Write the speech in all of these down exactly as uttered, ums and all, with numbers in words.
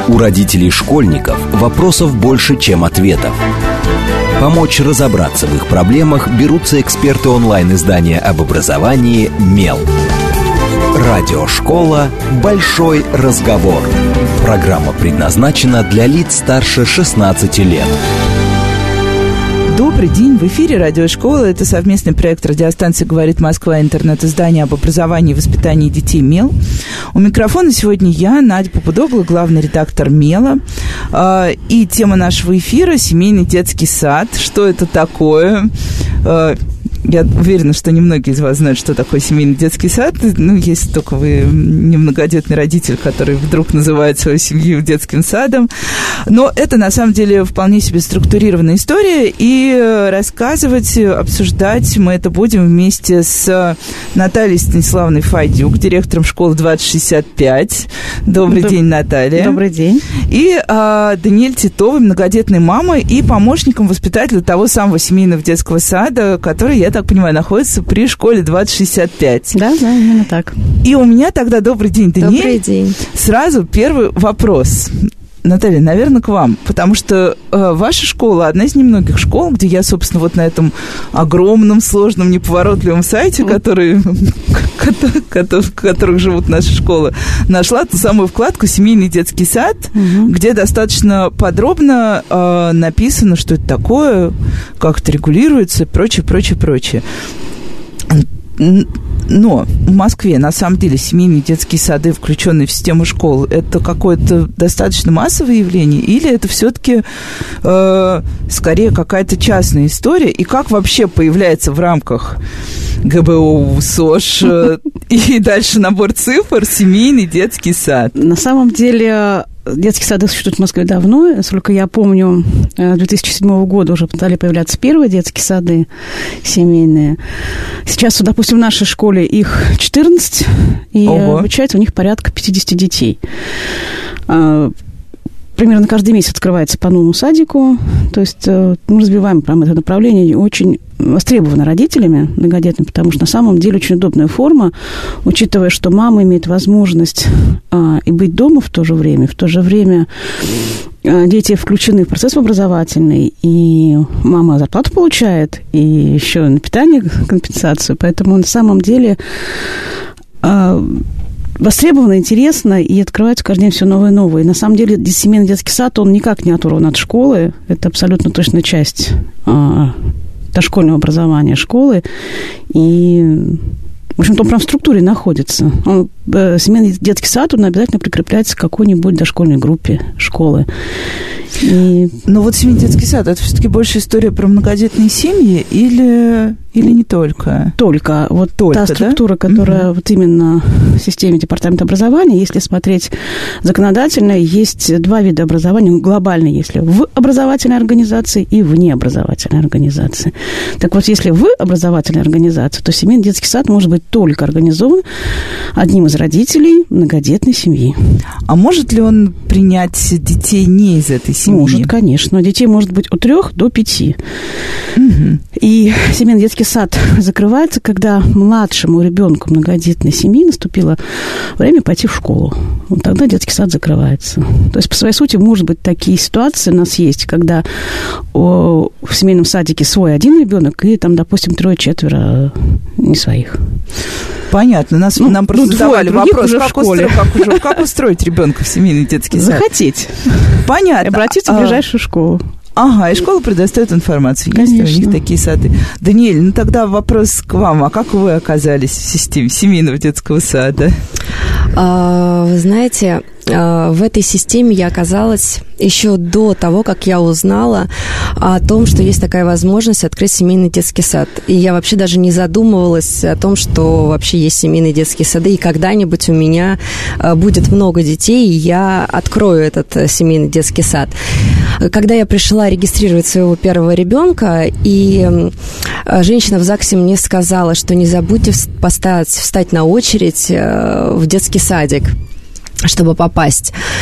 У родителей школьников вопросов больше, чем ответов. Помочь разобраться в их проблемах берутся эксперты онлайн-издания об образовании «Мел». Радиошкола «Большой разговор». Программа предназначена для лиц старше шестнадцати лет. Добрый день, в эфире радиошкола. Это совместный проект радиостанции «Говорит Москва», интернет-издание об образовании и воспитании детей «Мел». У микрофона сегодня я, Надя Попудогла, главный редактор «Мела». И тема нашего эфира – семейный детский сад. Что это такое? Я уверена, что немногие из вас знают, что такое семейный детский сад. Ну, если только вы немногодетный родитель, который вдруг называет свою семью детским садом. Но это, на самом деле, вполне себе структурированная история. И рассказывать, обсуждать мы это будем вместе с Натальей Станиславовной Файдюк, директором школы двадцать шестьдесят пять. Добрый Доб... день, Наталья. Добрый день. И а, Даниэль Титовой, многодетной мамой и помощником воспитателя того самого семейного детского сада, который, я так понимаю, находится при школе двадцать шестьдесят пять. Да, да, именно так. И у меня тогда добрый день, Даниэль. Добрый день. Сразу первый вопрос. Наталья, наверное, к вам, потому что э, ваша школа одна из немногих школ, где я, собственно, вот на этом огромном, сложном, неповоротливом сайте, который, в которых живут наши школы, нашла ту самую вкладку «Семейный детский сад», угу. где достаточно подробно э, написано, что это такое, как это регулируется и прочее, прочее, прочее. Но в Москве, на самом деле, семейные детские сады, включенные в систему школ, это какое-то достаточно массовое явление, или это все-таки э, скорее какая-то частная история? И как вообще появляется в рамках ГБО, СОЖ э, и дальше набор цифр семейный детский сад? На самом деле... Детские сады существуют в Москве давно. Насколько я помню, с две тысячи седьмого года уже стали появляться первые детские сады семейные. Сейчас, допустим, в нашей школе их четырнадцать, и Ого. обучается у них порядка пятьдесят детей. Примерно каждый месяц открывается по новому садику. То есть мы развиваем прямо это направление, очень востребовано родителями многодетными, потому что на самом деле очень удобная форма, учитывая, что мама имеет возможность а, и быть дома в то же время, в то же время а, дети включены в процесс образовательный, и мама зарплату получает, и еще на питание компенсацию. Поэтому на самом деле... А, востребовано, интересно, и открывается каждый день все новое и новое. И на самом деле семейный детский сад, он никак не оторван от школы. Это абсолютно точная часть а, дошкольного образования школы. И, в общем-то, он прям в структуре находится. Он, э, семейный детский сад, он обязательно прикрепляется к какой-нибудь дошкольной группе школы. И... Но вот семейный детский сад, это все-таки больше история про многодетные семьи или, или не только? Только. Вот только, та структура, да? которая угу. вот именно в системе департамента образования, если смотреть законодательно, есть два вида образования. Глобально, если в образовательной организации и вне образовательной организации. Так вот, если в образовательной организации, то семейный детский сад может быть только организован одним из родителей многодетной семьи. А может ли он принять детей не из этой семьи? Может, конечно. Детей может быть от трех до пяти. Угу. И семейный детский сад закрывается, когда младшему ребенку многодетной семьи наступило время пойти в школу. Вот тогда детский сад закрывается. То есть, по своей сути, может быть, такие ситуации у нас есть, когда о, в семейном садике свой один ребенок и там, допустим, трое-четверо не своих. Понятно. Нас, ну, нам просто ну, задавали вопрос, как, устро... как, уже, как устроить ребенка в семейный детский сад? Захотеть. Понятно. Обратиться в ближайшую школу. Ага, и школа предоставит информацию. Есть ли у них такие сады? Даниэль, ну тогда вопрос к вам. А как вы оказались в системе семейного детского сада? А, вы знаете, в этой системе я оказалась еще до того, как я узнала о том, что есть такая возможность открыть семейный детский сад. И я вообще даже не задумывалась о том, что вообще есть семейные детские сады, и когда-нибудь у меня будет много детей, и я открою этот семейный детский сад. Когда я пришла регистрировать своего первого ребенка, и женщина в ЗАГСе мне сказала, что не забудьте поставить, встать на очередь в детский садик, чтобы попасть.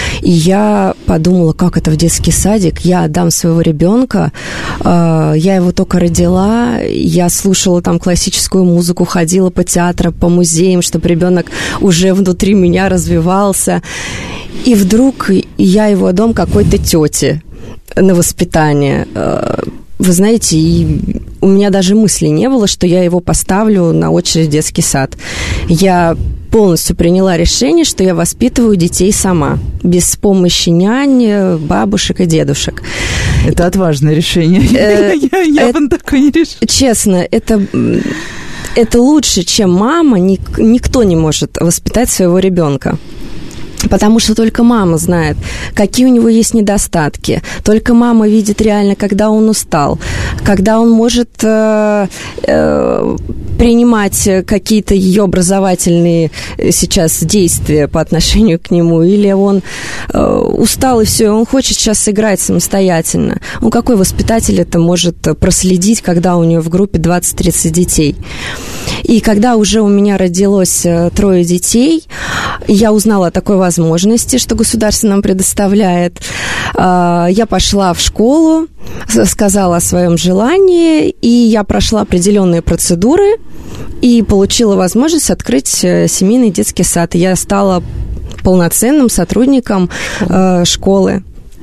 И я подумала, как это в детский садик, я отдам своего ребенка, я его только родила, я слушала там классическую музыку, ходила по театрам, по музеям, чтобы ребенок уже внутри меня развивался. И вдруг я его отдам какой-то тете на воспитание. Вы знаете, и у меня даже мысли не было, что я его поставлю на очередь в детский сад. Я полностью приняла решение, что я воспитываю детей сама, без помощи нянь, бабушек и дедушек. Это отважное решение. Я бы такое не решила. Честно, это... Это лучше, чем мама, никто не может воспитать своего ребенка. Потому что только мама знает, какие у него есть недостатки. Только мама видит реально, когда он устал, когда он может э, э, принимать какие-то ее образовательные сейчас действия по отношению к нему, или он э, устал и все, он хочет сейчас сыграть самостоятельно. Ну, какой воспитатель это может проследить, когда у него в группе двадцать-тридцать детей? И когда уже у меня родилось трое детей, я узнала о такой возможности, что государство нам предоставляет. Я пошла в школу, сказала о своем желании, и я прошла определенные процедуры и получила возможность открыть семейный детский сад. Я стала полноценным сотрудником школы.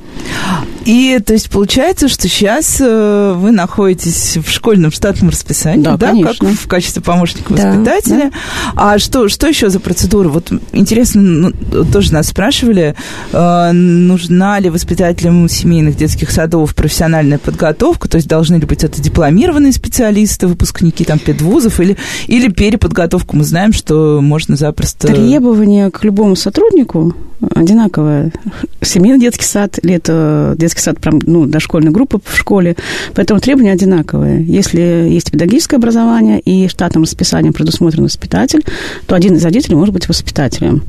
И, то есть, получается, что сейчас э, вы находитесь в школьном штатном расписании, да, да как в качестве помощника воспитателя. Да, да. А что, что еще за процедура? Вот интересно, ну, тоже нас спрашивали, э, нужна ли воспитателям семейных детских садов профессиональная подготовка, то есть должны ли быть это дипломированные специалисты, выпускники там педвузов, или, или переподготовку? Мы знаем, что можно запросто... Требования к любому сотруднику одинаковое. Семейный детский сад или это детский сад, ну, дошкольная группа в школе, поэтому требования одинаковые. Если есть педагогическое образование и штатным расписанием предусмотрен воспитатель, то один из родителей может быть воспитателем.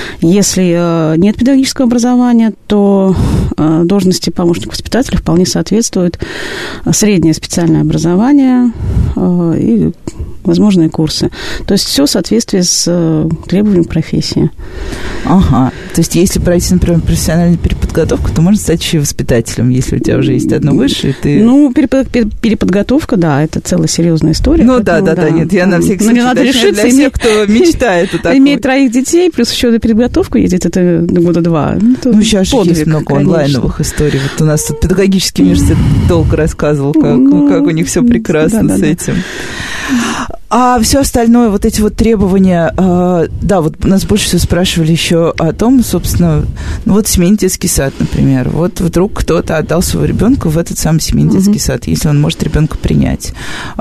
Если нет педагогического образования, то должности помощника воспитателя вполне соответствуют среднее специальное образование и возможные курсы. То есть все в соответствии с требованием профессии. Ага. То есть если пройти, например, профессиональную переподготовку, то можно стать еще воспитателем, если у тебя уже есть одно высшее, ты... Ну, переподготовка, да, это целая серьезная история. Ну, да, да, да, нет, я на всякий случай, надо решиться, для всех, кто мечтает о таком. Иметь троих детей, плюс еще на переподготовку ездить, это года два. Ну, сейчас же есть много онлайновых историй. Вот у нас тут педагогический университет долго рассказывал, как, ну, как у них все прекрасно да, да, с этим. Да. А все остальное, вот эти вот требования, э, да, вот нас больше всего спрашивали еще о том, собственно, ну вот семейный детский сад, например. Вот вдруг кто-то отдал своего ребенка в этот самый семейный mm-hmm. детский сад, если он может ребенка принять.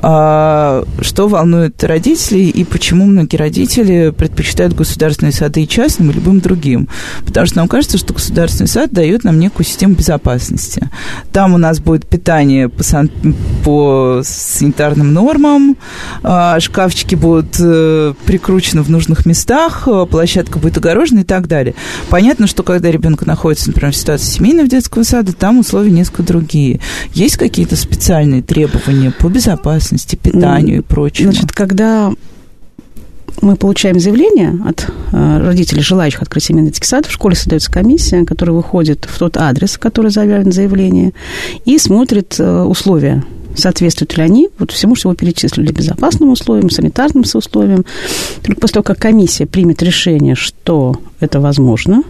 А, что волнует родителей и почему многие родители предпочитают государственные сады и частным, и любым другим? Потому что нам кажется, что государственный сад дает нам некую систему безопасности. Там у нас будет питание по, сан- по санитарным нормам, шкафчики будут э, прикручены в нужных местах, площадка будет огорожена и так далее. Понятно, что когда ребенок находится, например, в ситуации семейного детского сада, там условия несколько другие. Есть какие-то специальные требования по безопасности, питанию и прочему? Значит, когда мы получаем заявление от э, родителей, желающих открыть семейный детский сад, в школе создается комиссия, которая выходит в тот адрес, который заявлен в заявлении, и смотрит э, условия. Соответствуют ли они вот всему, что вы перечислили, безопасным условиям, санитарным условиям. Только после того, как комиссия примет решение, что это возможно,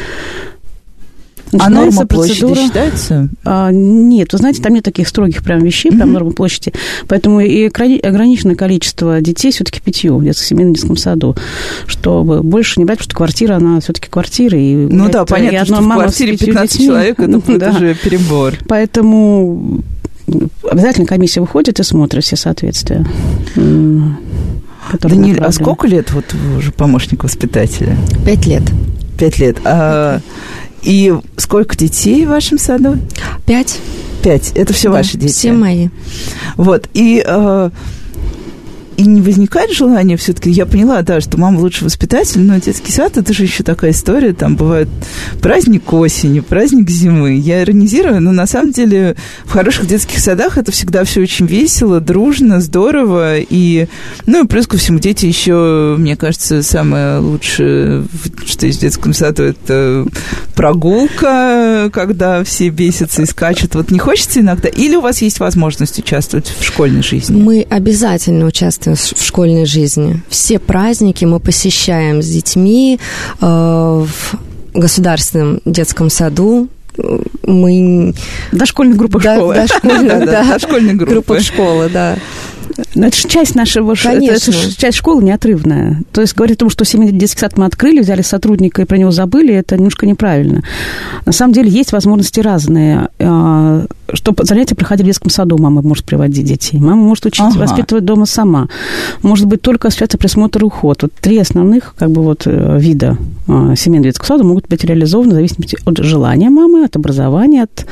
а норма площади считается? А, нет, вы знаете, там нет таких строгих прям вещей, прям mm-hmm. нормы площади. Поэтому и ограниченное количество детей все-таки пятью в детском семейном детском саду, чтобы больше не брать, потому что квартира, она все-таки квартира. И ну да, понятно, и что в квартире пятнадцать человек, это будет да. уже перебор. Поэтому... Обязательно комиссия выходит и смотрит все соответствия. Даниэль, а сколько лет вот вы уже помощник воспитателя? Пять лет. Пять лет. А, и сколько детей в вашем саду? Пять. Пять. Это все да, ваши дети? Все мои. Вот. И... А, И не возникает желания все-таки, я поняла, да, что мама лучший воспитатель, но детский сад, это же еще такая история, там бывает праздник осени, праздник зимы. Я иронизирую, но на самом деле в хороших детских садах это всегда все очень весело, дружно, здорово, и, ну, и плюс ко всему, дети еще, мне кажется, самое лучшее, что есть в детском саду, это прогулка, когда все бесятся и скачут. Вот не хочется иногда? Или у вас есть возможность участвовать в школьной жизни? Мы обязательно участвуем в школьной жизни. Все праздники мы посещаем с детьми э, в государственном детском саду. Мы... Дошкольная группа да, школы. Дошкольная, да, да, дошкольная группа. Группа школы, да. Но это же часть нашего... Конечно. Это же часть школы неотрывная. То есть говорить о том, что семейный детский сад мы открыли, взяли сотрудника и про него забыли, это немножко неправильно. На самом деле есть возможности разные. Чтобы занятия проходили в детском саду, мама может приводить детей. Мама может учить ага. воспитывать дома сама. Может быть, только осуществляться присмотр и уход. Вот три основных как бы, вот, вида семейного детского сада могут быть реализованы в зависимости от желания мамы, от образования, от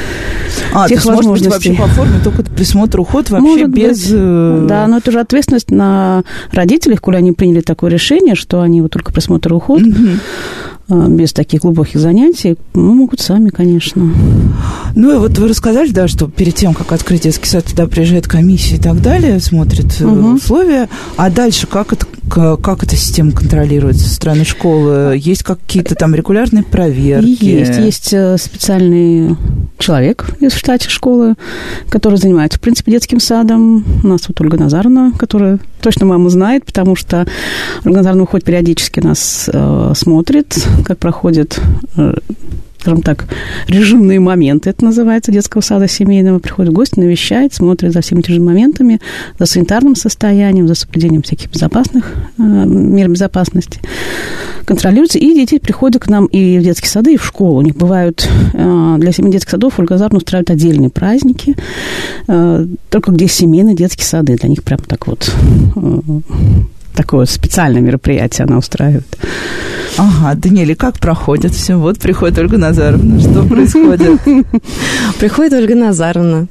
а, тех то есть, возможностей. Может быть, вообще по форме только присмотр, уход вообще может без... Быть. Да, но это же ответственность на родителей, коли они приняли такое решение, что они вот только присмотр и уход, угу. без таких глубоких занятий, ну, могут сами, конечно. Ну, и вот вы рассказали, да, что перед тем, как открыть детский сад, туда приезжает комиссия и так далее, смотрит угу. условия, а дальше как это, как эта система контролируется со стороны школы? Есть какие-то там регулярные проверки? Есть, есть специальный человек из штата школы, который занимается, в принципе, детским садом. У нас вот Ольга Назаровна, которая точно мама знает, потому что Ольга Назаровна уходит периодически, нас э, смотрит, как проходит, э, скажем так, режимные моменты, это называется, детского сада семейного. Приходит гость, навещает, смотрит за всеми этими моментами, за санитарным состоянием, за соблюдением всяких безопасных э, мер безопасности. Контролируется, и дети приходят к нам и в детские сады, и в школу. У них бывают э, для семей детских садов Ольга Назаровна устраивает отдельные праздники, э, только где семейные детские сады. Для них прям так вот... Э, такое специальное мероприятие она устраивает. Ага, Даниэль, как проходит все? Вот приходит Ольга Назаровна. Что происходит? Приходит Ольга Назаровна.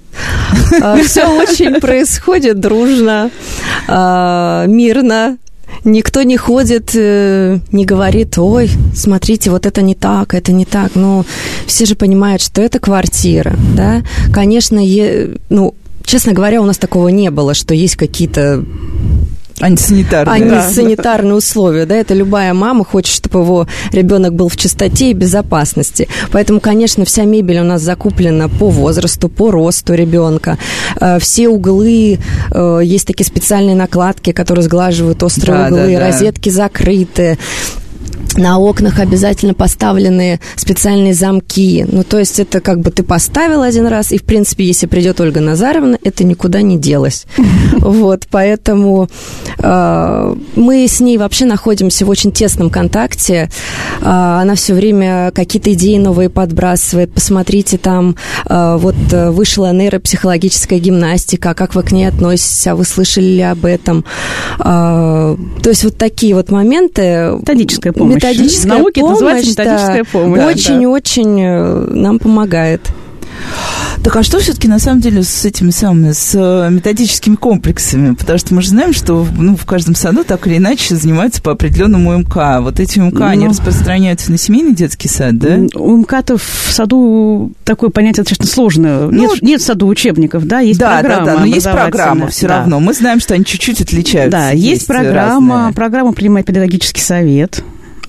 Все очень происходит дружно, мирно. Никто не ходит, не говорит, ой, смотрите, вот это не так, это не так. Ну, все же понимают, что это квартира, да. Конечно, е... ну, честно говоря, у нас такого не было, что есть какие-то... Антисанитарные. Антисанитарные да. условия, да, это любая мама хочет, чтобы его ребенок был в чистоте и безопасности. Поэтому, конечно, вся мебель у нас закуплена по возрасту, по росту ребенка. Все углы, есть такие специальные накладки, которые сглаживают острые да, углы, да, да. розетки закрыты. На окнах обязательно поставлены специальные замки. Ну, то есть это как бы ты поставил один раз, и, в принципе, если придет Ольга Назаровна, это никуда не делось. Вот, поэтому э, мы с ней вообще находимся в очень тесном контакте. Э, она все время какие-то идеи новые подбрасывает. Посмотрите, там э, вот вышла нейропсихологическая гимнастика, как вы к ней относитесь, а вы слышали ли об этом? Э, то есть вот такие вот моменты. Методическая помощь. Методическая в науке помощь, это называется методическая да, помощь. Очень-очень да. нам помогает. Так а что все-таки на самом деле с этими самыми, с методическими комплексами? Потому что мы же знаем, что ну, в каждом саду так или иначе занимаются по определенному МК. Вот эти МК, ну, они распространяются на семейный детский сад, да? У МК-то в саду такое понятие достаточно сложное. Ну, нет, нет в саду учебников, да, есть да, программа. Да, да, но есть программа все да. равно. Мы знаем, что они чуть-чуть отличаются. Да, есть, есть программа. Разные. Программу принимает педагогический совет.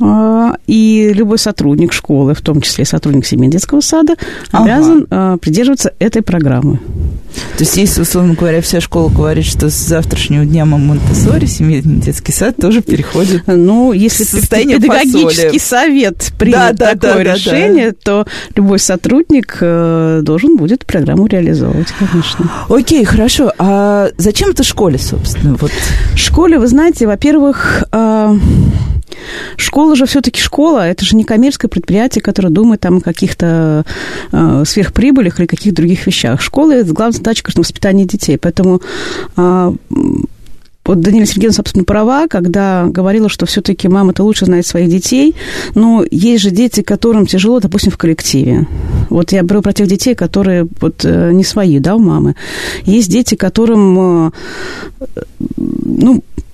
И любой сотрудник школы, в том числе сотрудник семейного детского сада, ага. обязан а, придерживаться этой программы. То есть, если, условно говоря, вся школа говорит, что с завтрашнего дня Монтессори, семейный детский сад тоже переходит ну, если в состояние педагогический совет примет да, да, такое да, решение, да, да. то любой сотрудник э, должен будет программу реализовывать, конечно. Окей, хорошо. А зачем это школе, собственно? Вот. Школе, вы знаете, во-первых... Э, Школа же все-таки школа, это же не коммерческое предприятие, которое думает там о каких-то э, сверхприбылях или каких-то других вещах. Школа – это главная задача, конечно, воспитания детей. Поэтому э, вот Даниэля Сергеевна, собственно, права, когда говорила, что все-таки мама-то лучше знает своих детей, но есть же дети, которым тяжело, допустим, в коллективе. Вот я говорю про тех детей, которые вот не свои, да, у мамы. Есть дети, которым, ну,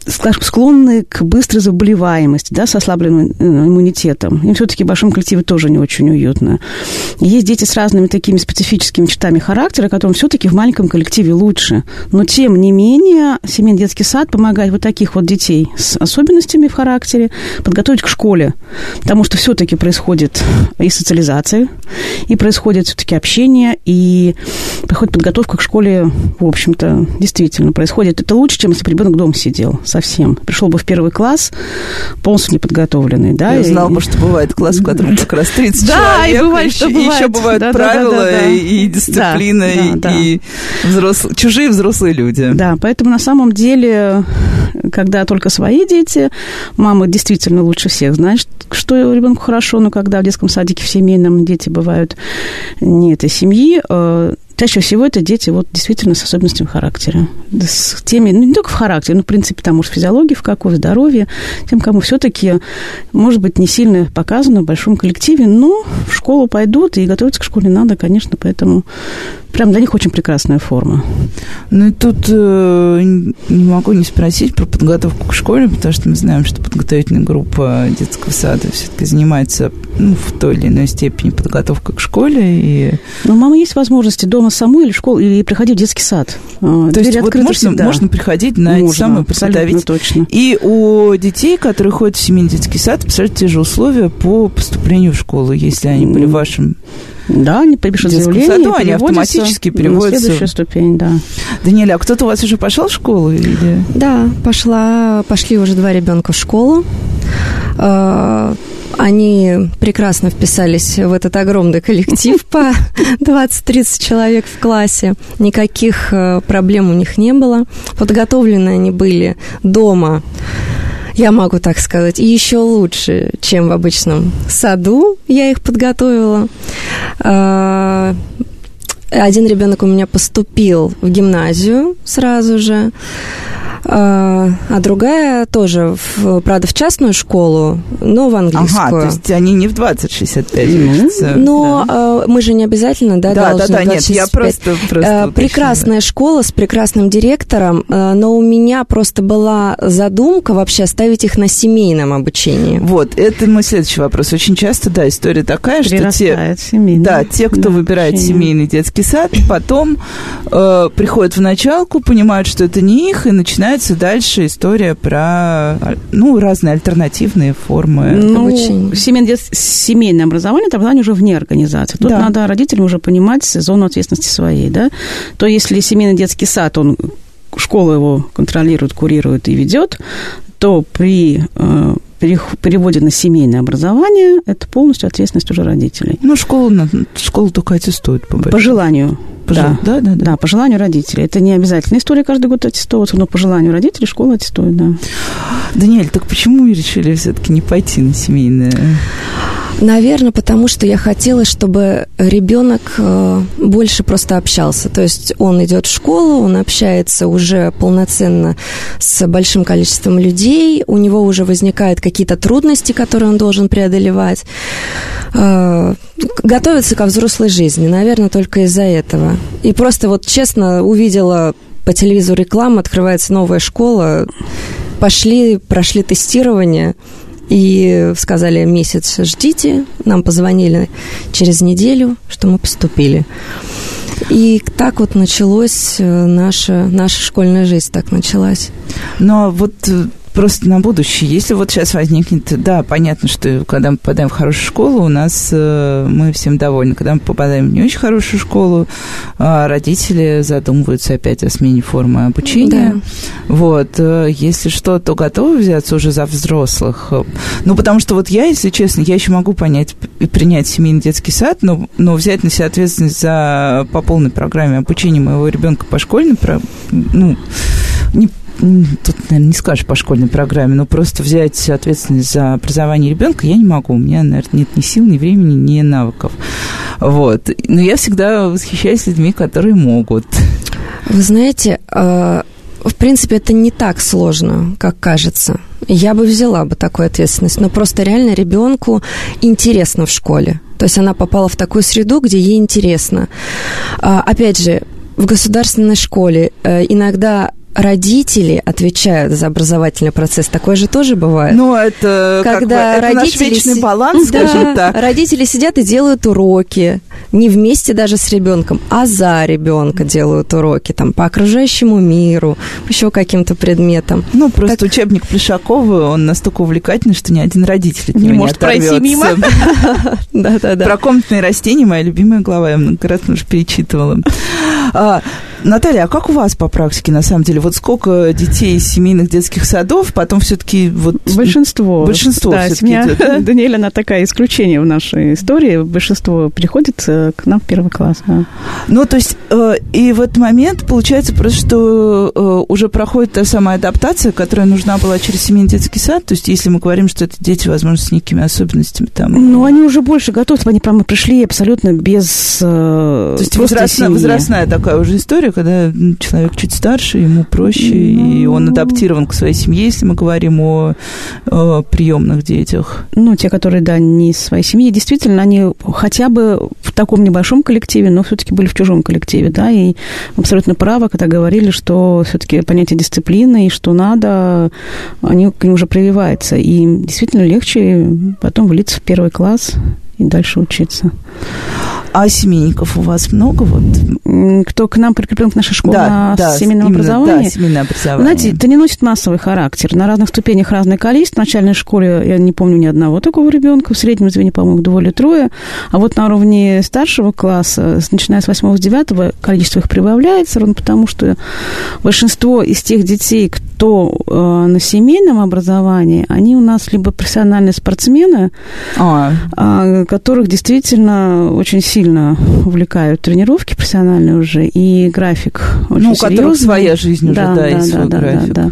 скажем, склонны к быстрой заболеваемости, да, с ослабленным иммунитетом. Им все-таки в большом коллективе тоже не очень уютно. Есть дети с разными такими специфическими чертами характера, которым все-таки в маленьком коллективе лучше. Но, тем не менее, семейный детский сад помогает вот таких вот детей с особенностями в характере подготовить к школе. Потому что все-таки происходит и социализация, и происходит все-таки общение, и происходит подготовка к школе, в общем-то, действительно происходит. Это лучше, чем если бы ребенок дома сидел совсем. Пришел бы в первый класс полностью неподготовленный. Да, Я и... знал бы, что бывает класс, в котором как раз тридцать да, человек. И бывает, что и бывает. еще бывают да, правила да, да, да. и дисциплина, да, и, да, и взрослые, чужие взрослые люди. Да, поэтому на самом деле, когда только свои дети, мама действительно лучше всех знает, что ребенку хорошо, но когда в детском садике в семейном дети бывают не этой семьи, чаще всего это дети вот, действительно с особенностями характера. С теми, ну, не только в характере, но, в принципе, там уж физиология в какой, здоровье, тем, кому все-таки, может быть, не сильно показано в большом коллективе, но в школу пойдут, и готовиться к школе надо, конечно, поэтому прям для них очень прекрасная форма. Ну, и тут э, не могу не спросить про подготовку к школе, потому что мы знаем, что подготовительная группа детского сада все-таки занимается, ну, в той или иной степени подготовкой к школе. И... Но у мамы есть возможности дома самой или в школу, или приходить в детский сад. То Дверь есть вот можно, можно приходить на можно, эти самые подготовить. Точно. И у детей, которые ходят в семейный детский сад, абсолютно те же условия по поступлению в школу, если они были в вашем... Да, они пишут заявление, саду, они автоматически переводятся на следующую ступень, да. Даниэля, а кто-то у вас уже пошел в школу? Или... Да, пошла, пошли уже два ребенка в школу. Они прекрасно вписались в этот огромный коллектив по двадцать-тридцать человек в классе. Никаких проблем у них не было. Подготовлены они были дома, я могу так сказать, и еще лучше, чем в обычном саду я их подготовила. Один ребенок у меня поступил в гимназию сразу же, а другая тоже, в, правда, в частную школу, но в английскую. Ага, то есть они не в двадцать шестьдесят пять учатся. Но да. Мы же не обязательно, да, да, должны да, да, нет, я просто, просто прекрасная школа с прекрасным директором, но у меня просто была задумка вообще оставить их на семейном обучении. Вот, это мой следующий вопрос. Очень часто, да, история такая, что те, да, те, кто да, выбирает общение. Семейный детский сад, потом э, приходят в началку, понимают, что это не их, и начинается дальше история про, ну, разные альтернативные формы ну, обучения. Семейное, семейное образование, это образование уже вне организации. Тут да. надо родителям уже понимать зону ответственности своей, да. То если семейный детский сад, он, школа его контролирует, курирует и ведет, то при э, переводе на семейное образование это полностью ответственность уже родителей. Ну, школу, школу только аттестуют. По, по желанию. По да. Жел... Да, да, да. да, по желанию родителей. Это не обязательная история каждый год аттестовываться, но по желанию родителей школа аттестует, да. Даниэль, так почему вы решили все-таки не пойти на семейное? Наверное, потому что я хотела, чтобы ребенок больше просто общался. То есть он идет в школу, он общается уже полноценно с большим количеством людей, у него уже возникают какие-то трудности, которые он должен преодолевать. Готовится ко взрослой жизни, наверное, только из-за этого. И просто вот честно увидела по телевизору рекламу, открывается новая школа, пошли, прошли тестирование, и сказали, месяц ждите. Нам позвонили через неделю, что мы поступили. И так вот началась наша, наша школьная жизнь, так началась. Но вот просто на будущее, если вот сейчас возникнет, да, понятно, что когда мы попадаем в хорошую школу, у нас э, мы всем довольны. Когда мы попадаем в не очень хорошую школу, э, родители задумываются опять о смене формы обучения. Да. Вот, э, если что, то готовы взяться уже за взрослых. Ну, потому что вот я, если честно, я еще могу понять и принять семейный детский сад, но, но взять на себя ответственность за по полной программе обучения моего ребенка по школьной, ну, не тут, наверное, не скажешь по школьной программе, но просто взять ответственность за образование ребенка я не могу. У меня, наверное, нет ни сил, ни времени, ни навыков. Вот. Но я всегда восхищаюсь людьми, которые могут. Вы знаете, в принципе, это не так сложно, как кажется. Я бы взяла бы такую ответственность, но просто реально ребенку интересно в школе. То есть она попала в такую среду, где ей интересно. Опять же, в государственной школе иногда родители отвечают за образовательный процесс. Такое же тоже бывает. Ну, это, когда как бы, это родители наш вечный си... баланс, да, скажем так. Родители сидят и делают уроки. Не вместе даже с ребенком, а за ребенка делают уроки. Там, по окружающему миру, еще каким-то предметам. Ну, просто так... учебник Плешакова, он настолько увлекательный, что ни один родитель от него не оторвется. Не может пройти мимо. Да-да-да. Про комнатные растения моя любимая глава, я многократно уже перечитывала. А, Наталья, а как у вас по практике, на самом деле? Вот сколько детей из семейных детских садов, потом все-таки вот... Большинство. Большинство да, все-таки семья идет, да? Даниэля, она такая исключение в нашей истории. Большинство приходит к нам в первый класс. Да. Ну, то есть, э, и в этот момент получается просто, что э, уже проходит та самая адаптация, которая нужна была через семейный детский сад. То есть, если мы говорим, что это дети, возможно, с некими особенностями там... Ну, они уже больше готовы, они прямо пришли абсолютно без... Э, то есть, возрастная, возрастная такая уже история, когда человек чуть старше, ему проще, ну, и он адаптирован к своей семье, если мы говорим о, о приемных детях. Ну, те, которые, да, не из своей семьи, действительно, они хотя бы в таком небольшом коллективе, но все-таки были в чужом коллективе, да, и абсолютно правы, когда говорили, что все-таки понятие дисциплины и что надо, они к ним уже прививаются, и им действительно легче потом влиться в первый класс и дальше учиться. А семейников у вас много? Вот? Кто к нам прикреплен к нашей школе да, на да, семейном именно, образовании? Да, семейное образование. Знаете, это не носит массовый характер. На разных ступенях разное количество. В начальной школе я не помню ни одного такого ребенка. В среднем звене, по-моему, двое или трое. А вот на уровне старшего класса, начиная с восьмого, с девятого, количество их прибавляется, ровно потому что большинство из тех детей, кто э, на семейном образовании, они у нас либо профессиональные спортсмены, а. э, которых действительно очень сильно увлекают тренировки профессиональные уже, и график очень ну, у серьезный. которых своя жизнь уже, да, да, да, и свой да, график. Да, да.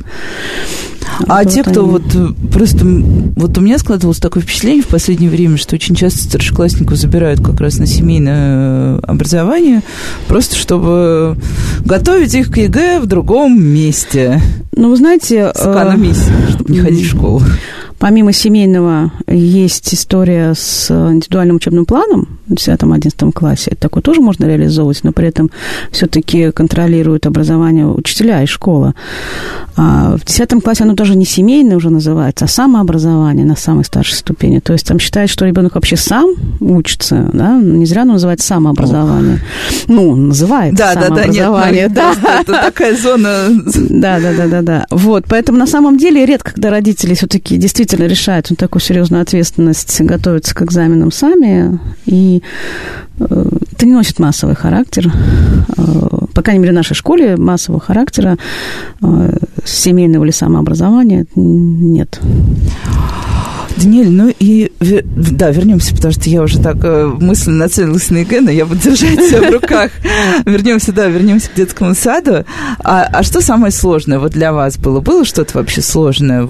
А вот те, кто они. вот просто... Вот у меня складывалось такое впечатление в последнее время, что очень часто старшеклассников забирают как раз на семейное образование, просто чтобы готовить их к ЕГЭ в другом месте. Ну, вы знаете... Сэкономить, э- чтобы не ходить в школу. Помимо семейного есть история с индивидуальным учебным планом в десятом-одиннадцатом классе. Такое тоже можно реализовывать, но при этом все-таки контролируют образование учителя и школа. А в десятом классе оно даже не семейное уже называется, а самообразование на самой старшей ступени. То есть там считают, что ребенок вообще сам учится, да? Не зря оно называется самообразование. Ну, называется да, самообразование. Да, да, нет, это такая зона... Да, да, да, да, да. Вот, поэтому на самом деле редко, когда родители все-таки действительно решают вот такую серьезную ответственность, готовятся к экзаменам сами, и э, это не носит массовый характер. Э, по крайней мере, в нашей школе массового характера э, семейного или самообразования нет. Даниэль, ну и, да, вернемся, потому что я уже так мысленно нацелилась на ЕГЭ, но я буду держать себя в руках. Вернемся, да, вернемся к детскому саду. А, а что самое сложное вот для вас было? Было что-то вообще сложное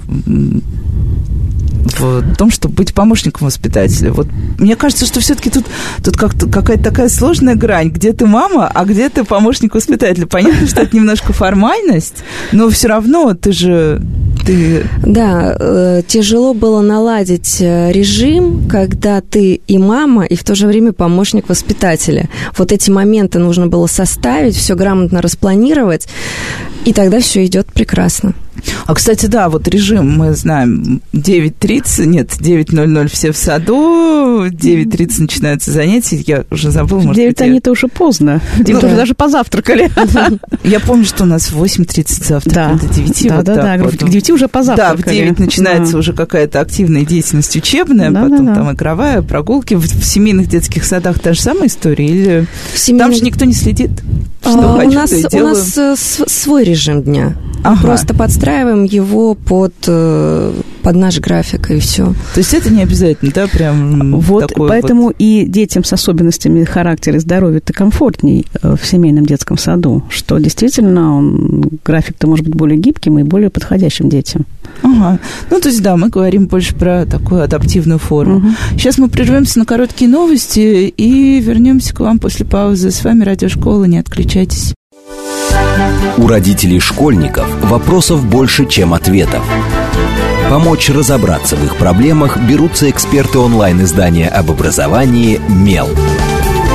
в том, чтобы быть помощником воспитателя? Вот мне кажется, что все-таки тут, тут как-то какая-то такая сложная грань. Где ты мама, а где ты помощник воспитателя? Понятно, что это немножко формальность, но все равно ты же... Ты... Да, э, тяжело было наладить режим, когда ты и мама, и в то же время помощник воспитателя. Вот эти моменты нужно было составить, все грамотно распланировать, и тогда все идет прекрасно. А, кстати, да, вот режим, мы знаем, девять тридцать, нет, девять ноль ноль все в саду, девять тридцать начинаются занятия, я уже забыла, может девять быть... они-то уже поздно, девять ну, уже даже позавтракали. Я помню, что у нас в восемь тридцать завтрак, да. до девяти. Да, вот да, так да, вот. к девяти уже позавтракали. Да, в девять начинается да. уже какая-то активная деятельность учебная, да, потом да, да. там игровая, прогулки. В, в семейных детских садах та же самая история? Или семейных... там же никто не следит? Что а, хочу, у нас, то и у нас свой режим дня. Ага. Просто подстраиваем его под, под наш график, и все. То есть это не обязательно, да, прям вот, такое поэтому вот... и детям с особенностями характера и здоровья-то комфортней в семейном детском саду, что действительно он, график-то может быть более гибким и более подходящим детям. Ага. Ну, то есть, да, мы говорим больше про такую адаптивную форму. Угу. Сейчас мы прервемся на короткие новости и вернемся к вам после паузы. С вами Радиошкола, не отключайтесь. У родителей школьников вопросов больше, чем ответов. Помочь разобраться в их проблемах берутся эксперты онлайн-издания об образовании «Мел».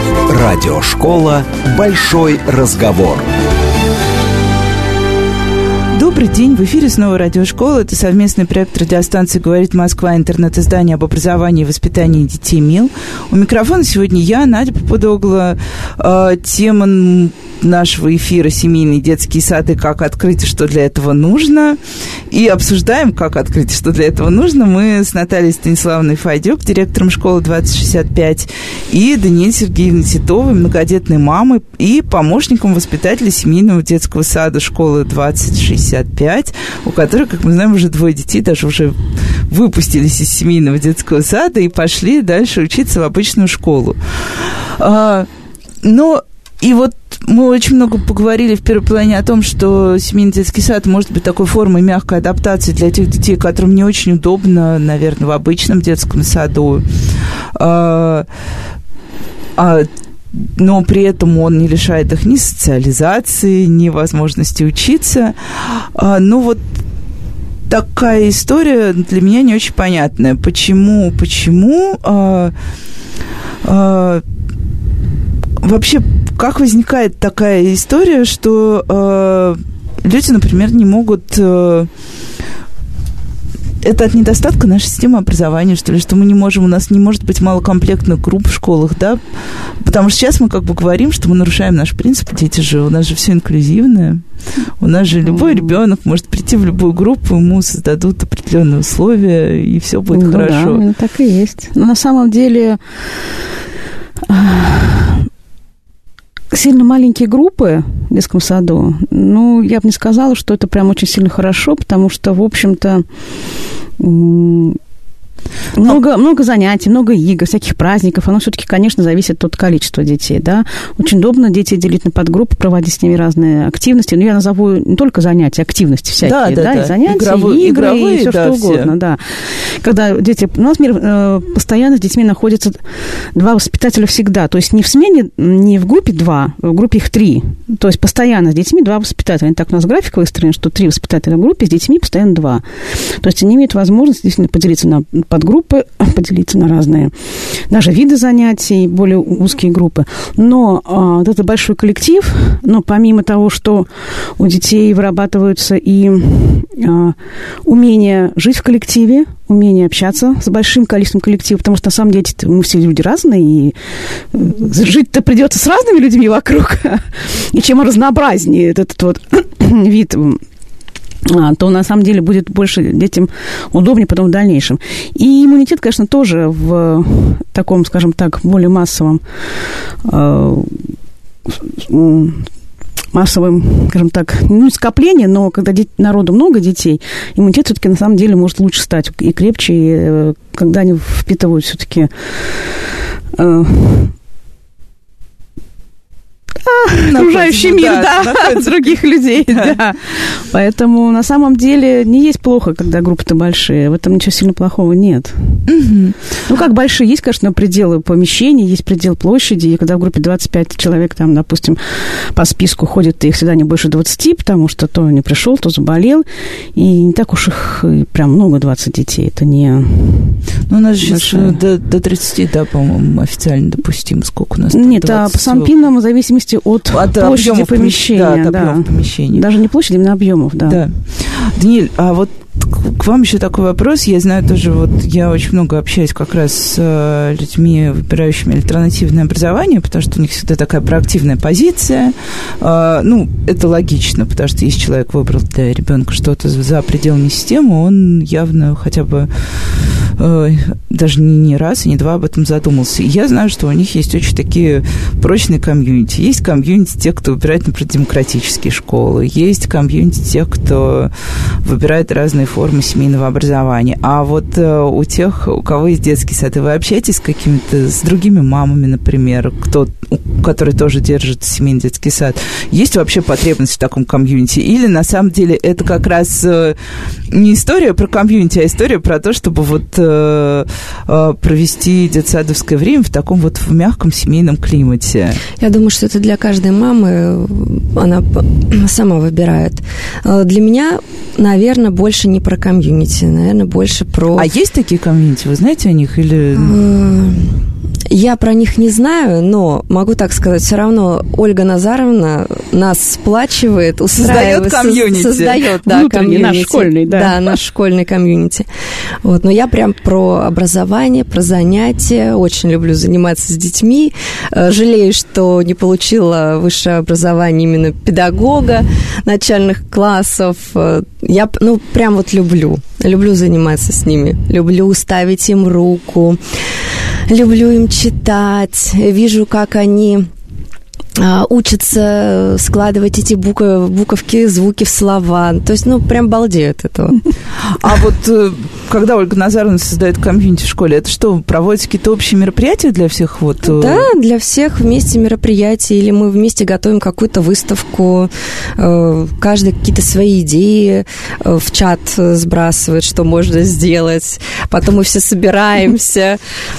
Радиошкола «Большой разговор». Добрый день, в эфире снова радиошкола. Это совместный проект радиостанции «Говорит Москва», интернет-издание об образовании и воспитании детей МИЛ. У микрофона сегодня я, Надя Попудогла. Э, тема нашего эфира «Семейные детские сады. Как открыть и что для этого нужно». И обсуждаем, как открыть и что для этого нужно, мы с Натальей Станиславовной Файдюк, директором школы двадцать шестьдесят пять, и Даниэль Сергеевной Титовой, многодетной мамой и помощником воспитателя семейного детского сада школы двадцать шестьдесят пять, у которой, как мы знаем, уже двое детей даже уже выпустились из семейного детского сада и пошли дальше учиться в обычную школу. А, но и вот мы очень много поговорили в первой половине о том, что семейный детский сад может быть такой формой мягкой адаптации для тех детей, которым не очень удобно, наверное, в обычном детском саду. А, а, но при этом он не лишает их ни социализации, ни возможности учиться. А, ну вот такая история для меня не очень понятная. Почему, почему а, а, вообще, как возникает такая история, что э, люди, например, не могут... Э, это от недостатка нашей системы образования, что ли, что мы не можем, у нас не может быть малокомплектных групп в школах, да? Потому что сейчас мы как бы говорим, что мы нарушаем наш принцип, дети же, у нас же все инклюзивное. У нас же любой ребенок может прийти в любую группу, ему создадут определенные условия, и все будет ну, хорошо. Да, так и есть. Но на самом деле... Сильно маленькие группы в детском саду, ну, я бы не сказала, что это прям очень сильно хорошо, потому что, в общем-то, много, много занятий, много игр, всяких праздников. Оно все-таки, конечно, зависит от количества детей, да. Очень удобно детей делить на подгруппы, проводить с ними разные активности. Ну, я назову не только занятия, активности всякие, да, да, да, да. И занятия, игровые, игры, игровые, и все да, что угодно, все. Да. Когда дети... У нас э, постоянно с детьми находятся два воспитателя всегда. То есть не в смене, не в группе два, в группе их три. То есть постоянно с детьми два воспитателя. Так у нас график выстроен, что три воспитателя в группе, с детьми постоянно два. То есть они имеют возможность действительно поделиться на подгруппы, поделиться на разные даже виды занятий, более узкие группы. Но а, вот это большой коллектив, но помимо того, что у детей вырабатываются и а, умение жить в коллективе, умение общаться с большим количеством коллективов, потому что на самом деле мы все люди разные, и жить-то придется с разными людьми вокруг. И чем разнообразнее этот вот вид, то на самом деле будет больше детям удобнее потом в дальнейшем. И иммунитет, конечно, тоже в таком, скажем так, более массовом, массовом, скажем так, ну, скоплении, но когда народу много детей, иммунитет все-таки на самом деле может лучше стать и крепче, и когда они впитывают все-таки... окружающий мир, да, да от других людей, да. да. Поэтому на самом деле не есть плохо, когда группы-то большие. В этом ничего сильно плохого нет. Угу. Ну, как большие, есть, конечно, пределы помещений, есть предел площади, и когда в группе двадцать пять человек, там, допустим, по списку ходит, их всегда не больше двадцати, потому что то не пришел, то заболел, и не так уж их прям много, двадцать детей, это не... Ну, у нас же сейчас до, до тридцати, да, по-моему, официально допустимо, сколько у нас? Нет, а по Санпинам, в зависимости от, от площади помещения, да, да. помещения. Даже не площади, именно объемов, да. да. Даниэль, а вот к вам еще такой вопрос. Я знаю тоже, вот я очень много общаюсь как раз с э, людьми, выбирающими альтернативное образование, потому что у них всегда такая проактивная позиция. Э, ну, это логично, потому что если человек выбрал для ребенка что-то за пределами системы, он явно хотя бы э, даже не, не раз и не два об этом задумался. И я знаю, что у них есть очень такие прочные комьюнити. Есть комьюнити тех, кто выбирает, например, демократические школы. Есть комьюнити тех, кто выбирает разные формы семейного образования. А вот э, у тех, у кого есть детский сад, и вы общаетесь с какими-то, с другими мамами, например, кто, которые тоже держат семейный детский сад, есть вообще потребность в таком комьюнити? Или на самом деле это как раз э, не история про комьюнити, а история про то, чтобы вот э, э, провести детсадовское время в таком вот в мягком семейном климате? Я думаю, что это для каждой мамы, она сама выбирает. Для меня, наверное, больше не про комьюнити, наверное, больше про... А есть такие комьюнити? Вы знаете о них? Или... Я про них не знаю, но могу так сказать, все равно Ольга Назаровна нас сплачивает, устраивает, создает комьюнити. Создает, да, внутренний, комьюнити. наш школьный, да. Да, наш школьный комьюнити. Вот, но я прям про образование, про занятия, очень люблю заниматься с детьми. Жалею, что не получила высшее образование именно педагога начальных классов. Я, ну, прям вот люблю, люблю заниматься с ними, люблю ставить им руку, люблю им читать, вижу, как они а, учатся складывать эти букв, буковки, звуки в слова. То есть, ну, прям балдею от этого. А вот когда Ольга Назаровна создает комьюнити в школе, это что, проводите какие-то общие мероприятия для всех? Вот? Да, для всех вместе мероприятия, или мы вместе готовим какую-то выставку, каждый какие-то свои идеи в чат сбрасывает, что можно сделать, потом мы все собираемся,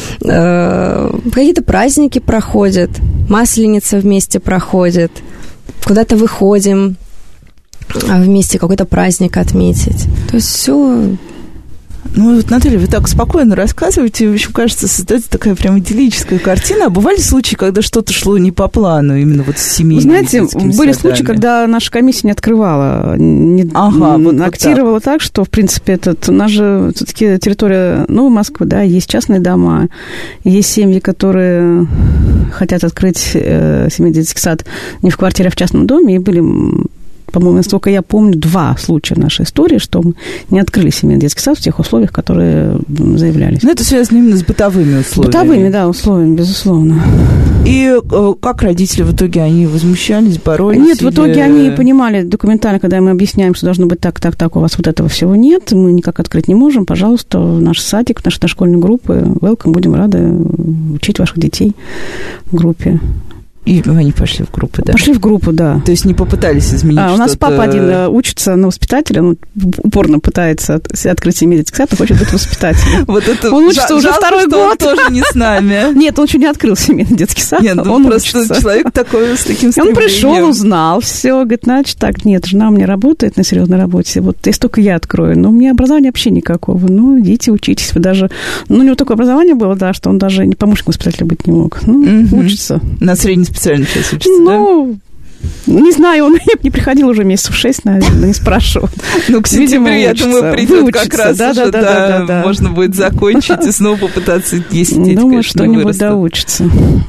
какие-то праздники проходят, Масленица вместе проходит, куда-то выходим вместе какой-то праздник отметить. То есть все. Ну, вот, Наталья, вы так спокойно рассказываете, в общем, кажется, создается такая прям идиллическая картина. А бывали случаи, когда что-то шло не по плану, именно вот с семьей? Знаете, были случаи, когда наша комиссия не открывала, не ага, вот актировала вот так. так, что, в принципе, этот, у нас же все-таки территория Новой Москвы, да, есть частные дома, есть семьи, которые хотят открыть э, семейный детский сад не в квартире, а в частном доме, и были... По-моему, насколько я помню, два случая в нашей истории, что мы не открыли семейный детский сад в тех условиях, которые заявлялись. Но это связано именно с бытовыми условиями. Бытовыми, да, условиями, безусловно. И э, как родители в итоге, они возмущались, боролись? Нет, или... в итоге они понимали документально, когда мы объясняем, что должно быть так, так, так, у вас вот этого всего нет, мы никак открыть не можем, пожалуйста, в наш садик, в наши дошкольные группы, welcome, будем рады учить ваших детей в группе. И они пошли в группу, да? Пошли в группу, да. То есть не попытались изменить а, что-то? У нас папа один учится на воспитателя, он упорно пытается открыть семейный детский сад, и хочет быть воспитателем. Вот это он учится уже второй год. Он тоже не с нами. Нет, он еще не открыл семейный детский сад. Нет, ну он просто учится. Человек такой с таким стремлением. Он пришел, узнал все, говорит, значит, так, нет, жена у меня работает на серьезной работе, вот если только я открою, но у меня образования вообще никакого. Ну, идите, учитесь, вы даже... Ну, у него такое образование было, да, что он даже не помощник воспитателя быть не мог. Ну, угу. Учится. На средней специальной сейчас учится. Ну, да? Не знаю, он не приходил уже месяцев шесть, наверное, не спрашивал. Ну, к сентябрю, я думаю, придет выучится, как раз да, уже, да, да, да, да, да, можно будет закончить и снова попытаться, если дети, думаю, конечно, что-нибудь вырастут. доучится.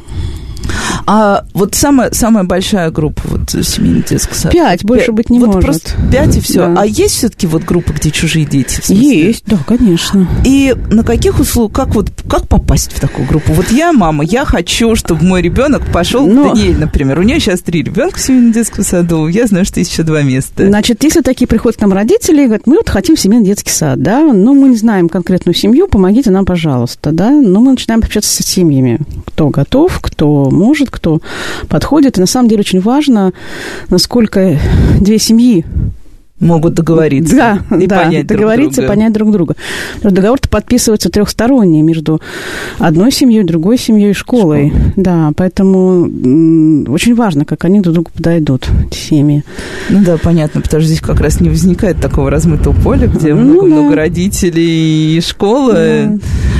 А вот самая, самая большая группа вот семейный детский сад? Пять, больше быть не вот может. Просто пять и все. Да. А есть все-таки вот группы, где чужие дети? В смысле? Есть, да, конечно. И на каких условиях, как вот, как попасть в такую группу? Вот я мама, я хочу, чтобы мой ребенок пошел, Но... Даниэль, например, у нее сейчас три ребенка в семейном детском саду, я знаю, что есть еще два места. Значит, если такие приходят к нам родители и говорят, мы вот хотим семейный детский сад, да, но мы не знаем конкретную семью, помогите нам, пожалуйста, да, но мы начинаем общаться с семьями, кто готов, кто может, кто подходит. И на самом деле очень важно, насколько две семьи могут договориться. Да, и да, понять договориться друг друга. и понять друг друга. Договор-то подписывается трехсторонний между одной семьей, другой семьей и школой. Школа. Да, поэтому м- очень важно, как они друг другу подойдут, эти семьи. Ну да, понятно, потому что здесь как раз не возникает такого размытого поля, где ну, много-много да. родителей и школы. Да.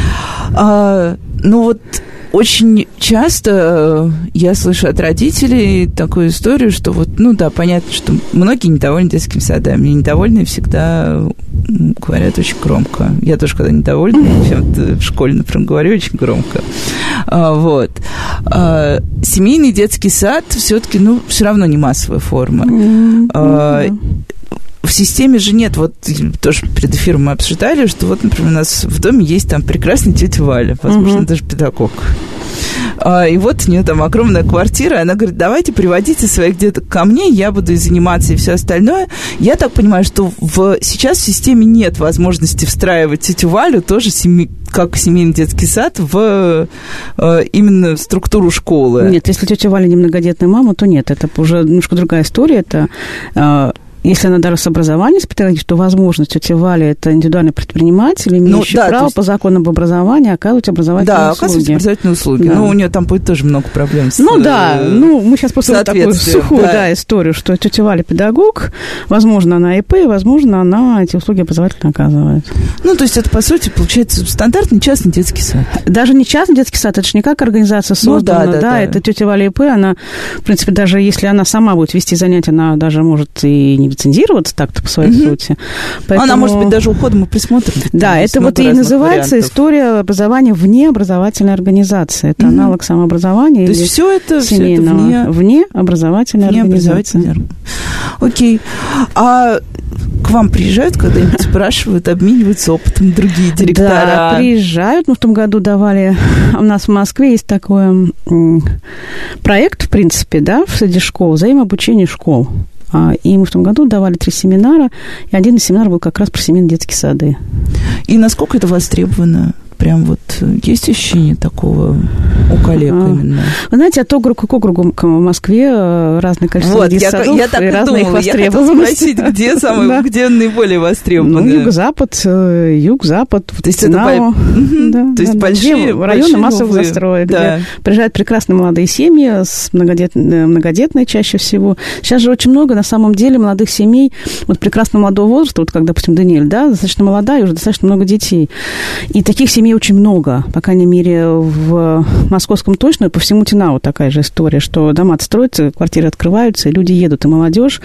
А, ну вот... Очень часто я слышу от родителей такую историю, что вот, ну да, понятно, что многие недовольны детскими садами, и недовольные всегда говорят очень громко. Я тоже, когда недовольна, чем-то в школе, например, говорю очень громко. А, вот. А, семейный детский сад все-таки, ну, все равно не массовая форма. Mm-hmm. А, в системе же нет, вот тоже перед эфиром мы обсуждали, что вот, например, у нас в доме есть там прекрасная тетя Валя, возможно, uh-huh. даже педагог. А, и вот у нее там огромная квартира, и она говорит, давайте приводите своих деток ко мне, я буду и заниматься, и все остальное. Я так понимаю, что в, сейчас в системе нет возможности встраивать тетю Валю тоже семи, как семейный детский сад в э, именно структуру школы. Нет, если тетя Валя не многодетная мама, то нет, это уже немножко другая история, это... Э, Если она даже с образованием, с педагогическим, то возможность тетя Валя – это индивидуальный предприниматель, имеющий ну, да, право есть... по закону об образовании оказывать образовательные да, услуги. Да, оказывать образовательные услуги. Да. Но у нее там будет тоже много проблем с Ну да, ну мы сейчас просто вот такую сухую да. Да, историю, что тетя Валя педагог, возможно, она ИП, возможно, она эти услуги образовательно оказывает. Ну, то есть это, по сути, получается стандартный частный детский сад. Даже не частный детский сад, это же не как организация создана, ну, да, да, да, да, это тетя Валя ИП, она, в принципе, даже если она сама будет вести занятия, она даже может и не лицензироваться так-то по своей mm-hmm. сути. Поэтому... Она может быть даже уходом и присмотром. Да, это вот и называется вариантов. История образования вне образовательной организации. Это mm-hmm. аналог самообразования. То есть все это, все это вне... вне образовательной вне организации. Окей. А к вам приезжают когда-нибудь, спрашивают, обмениваются опытом другие директора? Да, приезжают. Мы в том году давали... У нас в Москве есть такой проект, в принципе, да, в среди школ, взаимообучение школ. И мы в том году давали три семинара, и один из семинаров был как раз про семейные детские сады. И насколько это востребовано? Прям вот есть ощущение такого у коллег а, именно? Вы знаете, от округа к округу в Москве разное количество вот, детских садов я так и, и разная их востребованность. Я хотела спросить, где, самый, да. где наиболее востребованы? Ну, юго-запад, юг-запад. То есть это по... угу. да, То есть да, большие, да. районы массовых застроек, да. где приезжают прекрасные молодые семьи, с многодет... многодетные чаще всего. Сейчас же очень много, на самом деле, молодых семей, вот прекрасного молодого возраста, вот как, допустим, Даниэль, да, достаточно молодая, уже достаточно много детей. И таких семей очень много, по крайней мере, в московском точно, и по всему Тинау такая же история, что дома строятся, квартиры открываются, и люди едут, и молодежь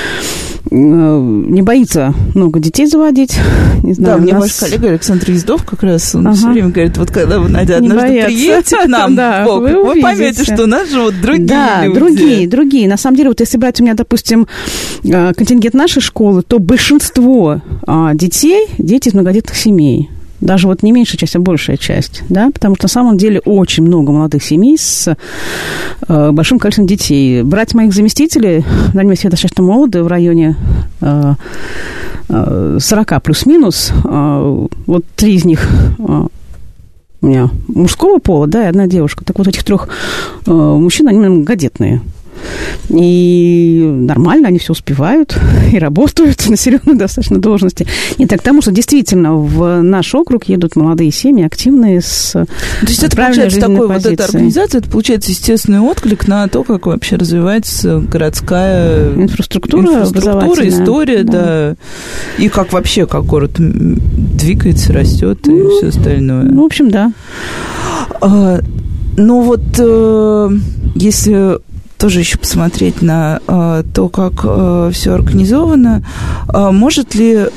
не боится много детей заводить. Не знаю, да, мне нас... ваш коллега Александр Ездов как раз, он ага. все время говорит, вот когда вы, Надя, однажды приедете к нам, да, Бог, вы, вы поймете, что у нас живут другие да, люди. другие, другие. На самом деле, вот если брать у меня, допустим, контингент нашей школы, то большинство детей, дети из многодетных семей. Даже вот не меньшая часть, а большая часть, да, потому что на самом деле очень много молодых семей с э, большим количеством детей. Брать моих заместителей, они все достаточно молодые, в районе э, э, сорок плюс-минус, э, вот три из них э, у меня мужского пола, да, и одна девушка. Так вот, этих трех э, мужчин, они многодетные. И нормально, они все успевают и работают на серьезной достаточно должности. И так потому, что действительно в наш округ едут молодые семьи, активные, с То есть это получается такой вот эта организация, это получается естественный отклик на то, как вообще развивается городская инфраструктура, инфраструктура история, да. да, и как вообще, как город двигается, растет ну, и все остальное. Ну, в общем, да. А, ну вот, э, если... тоже еще посмотреть на э, то, как э, все организовано. Э, может ли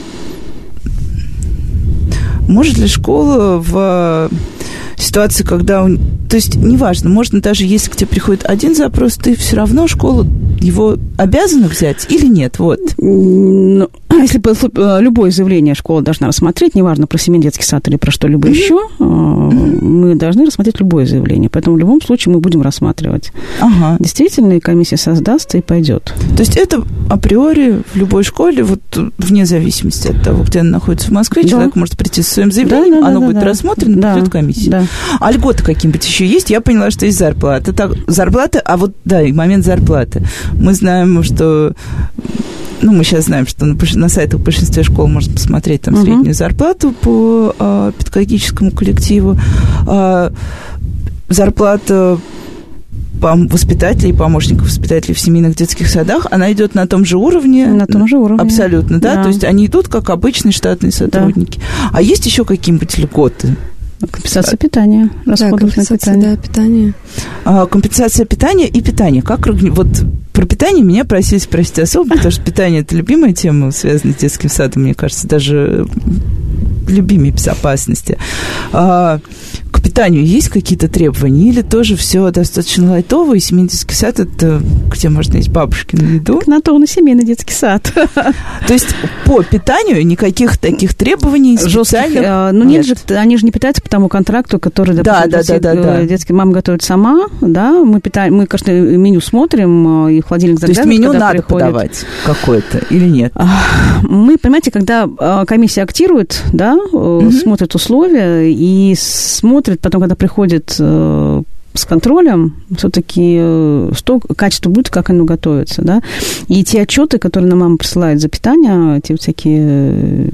может ли школа в ситуации, когда... У... То есть, неважно, можно даже если к тебе приходит один запрос, ты все равно школа его обязана взять или нет? Вот. Ну, если любое заявление школа должна рассмотреть, неважно, про семейный детский сад или про что-либо mm-hmm. еще, mm-hmm. мы должны рассмотреть любое заявление. Поэтому в любом случае мы будем рассматривать. Ага. Действительно, и комиссия создастся и пойдет. То есть это априори в любой школе, вот вне зависимости от того, где она находится в Москве, да. человек может прийти со своим заявлением, да, да, оно да, будет да, рассмотрено, да. придет комиссия. Да. А льготы какие-нибудь еще есть? Я поняла, что есть зарплата. Так, зарплата, а вот, да, и момент зарплаты. Мы знаем, что... Ну, мы сейчас знаем, что на, на сайтах большинства школ можно посмотреть там uh-huh. среднюю зарплату по а, педагогическому коллективу. А, зарплата воспитателей и помощников воспитателей в семейных детских садах, она идет на том же уровне. На том же уровне. Абсолютно, да? да. То есть они идут как обычные штатные сотрудники. Да. А есть еще какие-нибудь льготы? Компенсация питания, расходов да, на питание. Да, питание. А, компенсация питания и питание. Как, вот про питание меня просили спросить особо, потому что питание – это любимая тема, связанная с детским садом, мне кажется, даже любимее безопасности. А, к питанию есть какие-то требования или тоже все достаточно лайтово, и семейный детский сад – это где можно есть бабушкину еду? Так на то он и семейный детский сад. То есть по питанию никаких таких требований специальных э, ну нет. нет же, они же не питаются по тому контракту, который, допустим, да, да, да, да, да. детский мама готовит сама, да, мы питаем, мы, конечно, меню смотрим, и холодильник заглядывает. То есть меню надо приходит. Подавать какое-то или нет? Мы, понимаете, когда комиссия актирует, да, mm-hmm. смотрит условия и смотрит потом, когда приходит с контролем все-таки что качество блюд, как оно готовится, да. И те отчеты, которые нам мама присылает за питание, эти всякие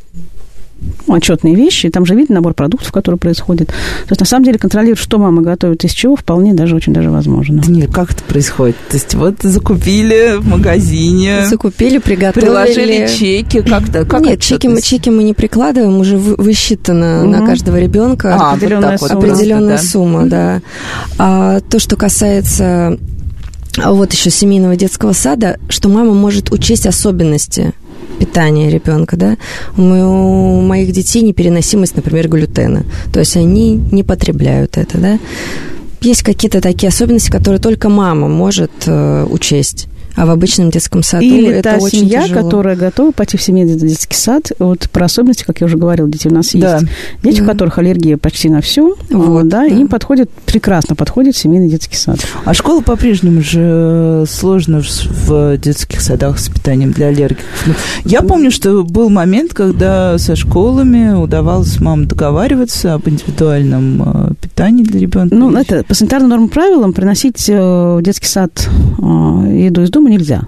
отчетные вещи, там же видно набор продуктов, которые происходят. То есть, на самом деле, контролировать, что мама готовит из чего, вполне даже очень даже возможно. Даниэль, как это происходит? То есть, вот закупили в магазине. Закупили, приготовили. Приложили чеки. Как-то, как Нет, чеки мы, чеки мы не прикладываем, уже высчитано угу. на каждого ребенка а, определенная, вот сумма, определенная да? сумма, угу. да. А то, что касается вот еще семейного детского сада, что мама может учесть особенности питания ребенка, да. У моих детей непереносимость, например, глютена. То есть они не потребляют это, да. Есть какие-то такие особенности, которые только мама может э, учесть. А в обычном детском саду Или это та очень семья, тяжело. которая готова пойти в семейный детский сад. Вот про особенности, как я уже говорила, дети у нас да. есть. Дети, да. у которых аллергия почти на все, вот, да, да. им подходит, прекрасно подходит семейный детский сад. А школа по-прежнему же сложно в детских садах с питанием для аллергиков. Я помню, что был момент, когда со школами удавалось мамам договариваться об индивидуальном питании для ребенка. Ну, это по санитарным нормам правилам приносить в детский сад еду из дома нельзя.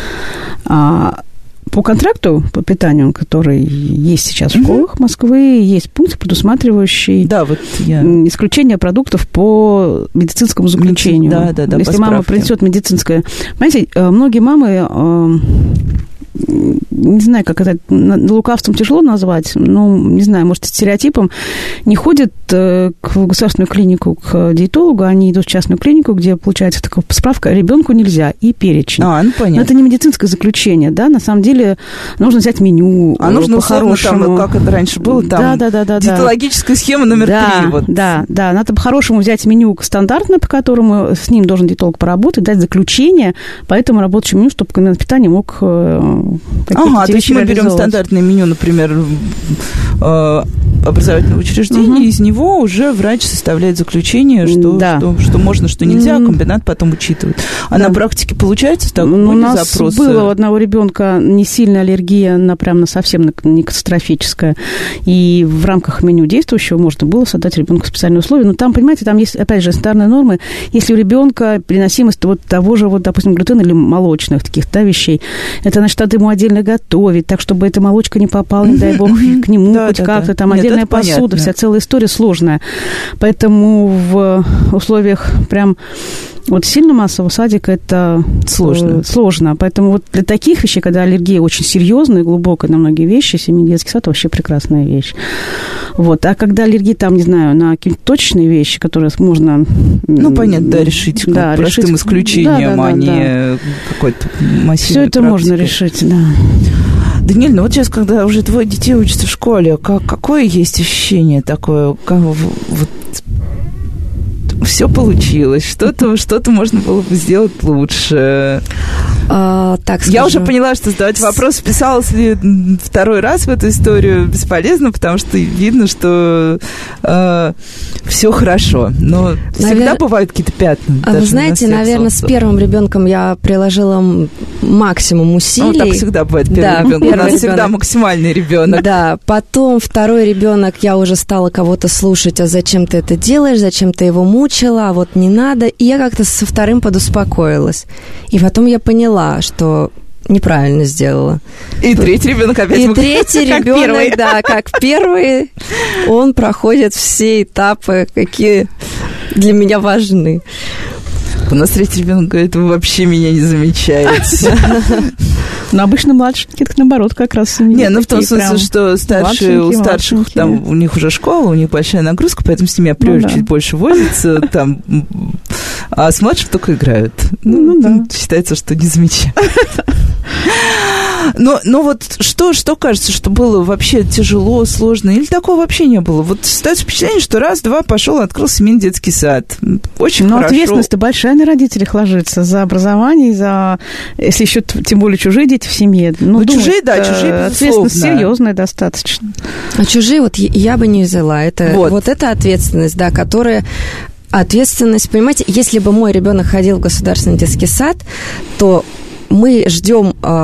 А по контракту, по питанию, который есть сейчас в школах Москвы, есть пункт, предусматривающий да, вот я... исключение продуктов по медицинскому заключению. Да, да, да, Если мама принесет медицинское... Понимаете, многие мамы... не знаю, как это лукавством тяжело назвать, но, не знаю, может, стереотипом, не ходят в государственную клинику к диетологу, они идут в частную клинику, где получается такая справка, ребенку нельзя, и перечень. А, ну, понятно. Но это не медицинское заключение, да, на самом деле нужно взять меню а нужно по-хорошему. Там, как это раньше было, там да, да, да, да, диетологическая да. схема номер да, три. Вот. Да, да, надо по-хорошему взять меню стандартное, по которому с ним должен диетолог поработать, дать заключение по этому рабочему меню, чтобы комбинат питания мог ага, то есть мы берем стандартное меню, например, образовательного учреждения, угу. из него уже врач составляет заключение, что, да. что, что можно, что нельзя, а комбинат потом учитывает. А да. на практике получается так? Ну, у нас запросы? Было у одного ребенка не сильная аллергия, на прям на совсем не катастрофическая, и в рамках меню действующего можно было создать ребенку специальные условия. Но там, понимаете, там есть, опять же, санитарные нормы. Если у ребенка переносимость вот того же, вот, допустим, глютена или молочных таких да, вещей, это значит, надо ему отдельно готовить, так, чтобы эта молочка не попала, не дай бог, к нему да, хоть да, как-то, да. там Нет, отдельная посуда, понятно. Вся целая история сложная. Поэтому в условиях прям вот сильно массового садика это сложно. сложно. Поэтому вот для таких вещей, когда аллергия очень серьезная, глубокая на многие вещи, семейный детский сад вообще прекрасная вещь. Вот. А когда аллергия там, не знаю, на какие-то точные вещи, которые можно... Ну, понятно, да, решить да, простым решить... исключением, да, да, да, а не да. какой-то массивной Все это практикой. Можно решить, да. Даниэль, ну вот сейчас, когда уже твои детей учатся в школе, как, какое есть ощущение такое, как, вот, все получилось, что-то, что-то можно было бы сделать лучше? А, так скажу. Я уже поняла, что задавать вопрос, вписалась ли второй раз в эту историю, бесполезно, потому что видно, что э, все хорошо. Но Навер... всегда бывают какие-то пятна. А вы знаете, на наверное, соцсов. С первым ребенком я приложила максимум усилий. Ну, так всегда бывает первый да, ребенок. Первый У нас ребенок. Всегда максимальный ребенок. Да, потом второй ребенок, я уже стала кого-то слушать, а зачем ты это делаешь, зачем ты его мучила, а вот не надо. И я как-то со вторым подуспокоилась. И потом я поняла, что неправильно сделала. И третий ребенок опять. И третий ребенок, да, как первый, он проходит все этапы, какие для меня важны. У нас третий ребенок говорит, вы вообще меня не замечаете. Но обычно младшенькие, так наоборот, как раз... Не, ну в том смысле, что старшие, у старших, там, у них уже школа, у них большая нагрузка, поэтому с ними априори ну, да. чуть больше возятся, там, а с младшим только играют. Ну, ну да. Считается, что не замечают. Но, но вот что, что кажется, что было вообще тяжело, сложно, или такого вообще не было? Вот остается впечатление, что раз-два пошел, открыл семейный детский сад. Очень но хорошо. Но ответственность-то большая на родителях ложится за образование, за, если еще тем более чужие дети в семье. Ну, ну думаю, чужие, да, чужие, ответственность серьезная достаточно. А чужие вот я бы не взяла. Это, вот. вот это ответственность, да, которая... Ответственность, понимаете, если бы мой ребенок ходил в государственный детский сад, то мы ждем э,